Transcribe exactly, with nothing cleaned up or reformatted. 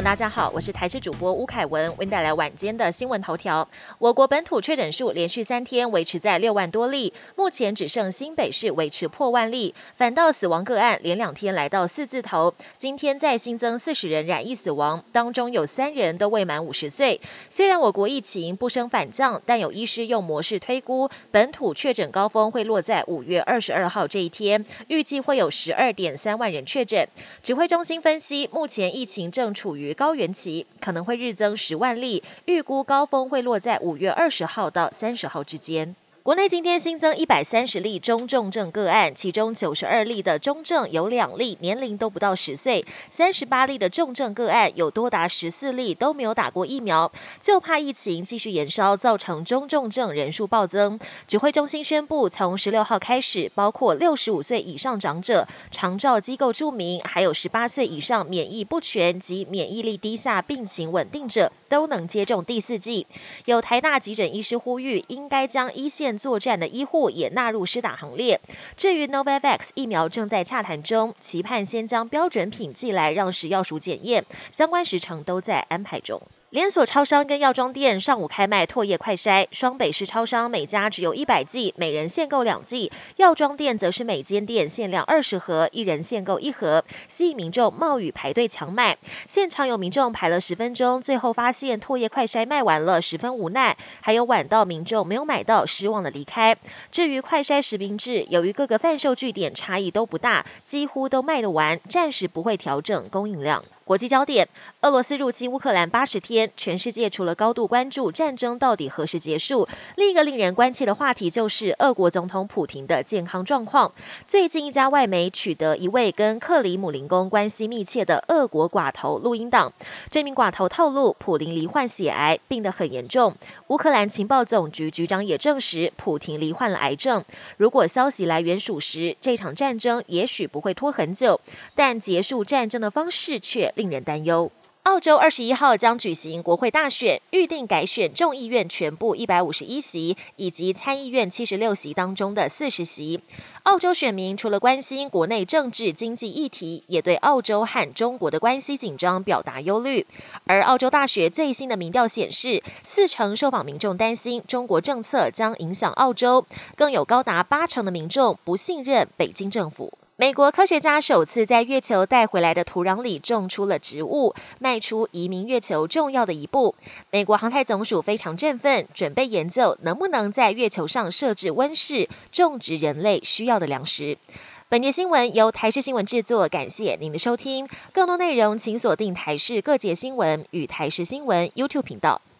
大家好，我是台视主播吴凯文，为您带来晚间的新闻头条。我国本土确诊数连续三天维持在六万多例，目前只剩新北市维持破万例，反倒死亡个案连两天来到四字头。今天再新增四十人染疫死亡，当中有三人都未满五十岁。虽然我国疫情不升反降，但有医师用模式推估，本土确诊高峰会落在五月二十二号这一天，预计会有十二点三万人确诊。指挥中心分析，目前疫情正处于高原期，可能会日增十万例，预估高峰会落在五月二十号到三十号之间。国内今天新增一百三十例中重症个案，其中九十二例的中症有两例年龄都不到十岁，三十八例的重症个案有多达十四例都没有打过疫苗，就怕疫情继续延烧，造成中重症人数暴增。指挥中心宣布，从十六号开始，包括六十五岁以上长者、长照机构住民，还有十八岁以上免疫不全及免疫力低下、病情稳定者，都能接种第四剂。有台大急诊医师呼吁，应该将一线作战的医护也纳入施打行列。至于 Novavax 疫苗正在洽谈中，期盼先将标准品寄来让食药署检验，相关时程都在安排中。连锁超商跟药妆店上午开卖唾液快筛，双北市超商每家只有一百剂，每人限购两剂；药妆店则是每间店限量二十盒，一人限购一盒，吸引民众冒雨排队抢买。现场有民众排了十分钟，最后发现唾液快筛卖完了，十分无奈；还有晚到民众没有买到，失望的离开。至于快筛实名制，由于各个贩售据点差异都不大，几乎都卖得完，暂时不会调整供应量。国际焦点：俄罗斯入侵乌克兰八十天，全世界除了高度关注战争到底何时结束，另一个令人关切的话题就是俄国总统普亭的健康状况。最近一家外媒取得一位跟克里姆林宫关系密切的俄国寡头录音档，这名寡头透露，普林罹患血癌，病得很严重。乌克兰情报总局局长也证实，普亭罹患了癌症。如果消息来源属实，这场战争也许不会拖很久，但结束战争的方式却令人担忧。澳洲二十一号将举行国会大选，预定改选众议院全部一百五十一席，以及参议院七十六席当中的四十席。澳洲选民除了关心国内政治经济议题，也对澳洲和中国的关系紧张表达忧虑。而澳洲大学最新的民调显示，四成受访民众担心中国政策将影响澳洲，更有高达八成的民众不信任北京政府。美国科学家首次在月球带回来的土壤里种出了植物，迈出移民月球重要的一步。美国航太总署非常振奋，准备研究能不能在月球上设置温室，种植人类需要的粮食。本节新闻由台视新闻制作，感谢您的收听。更多内容请锁定台视各节新闻与台视新闻 YouTube 频道。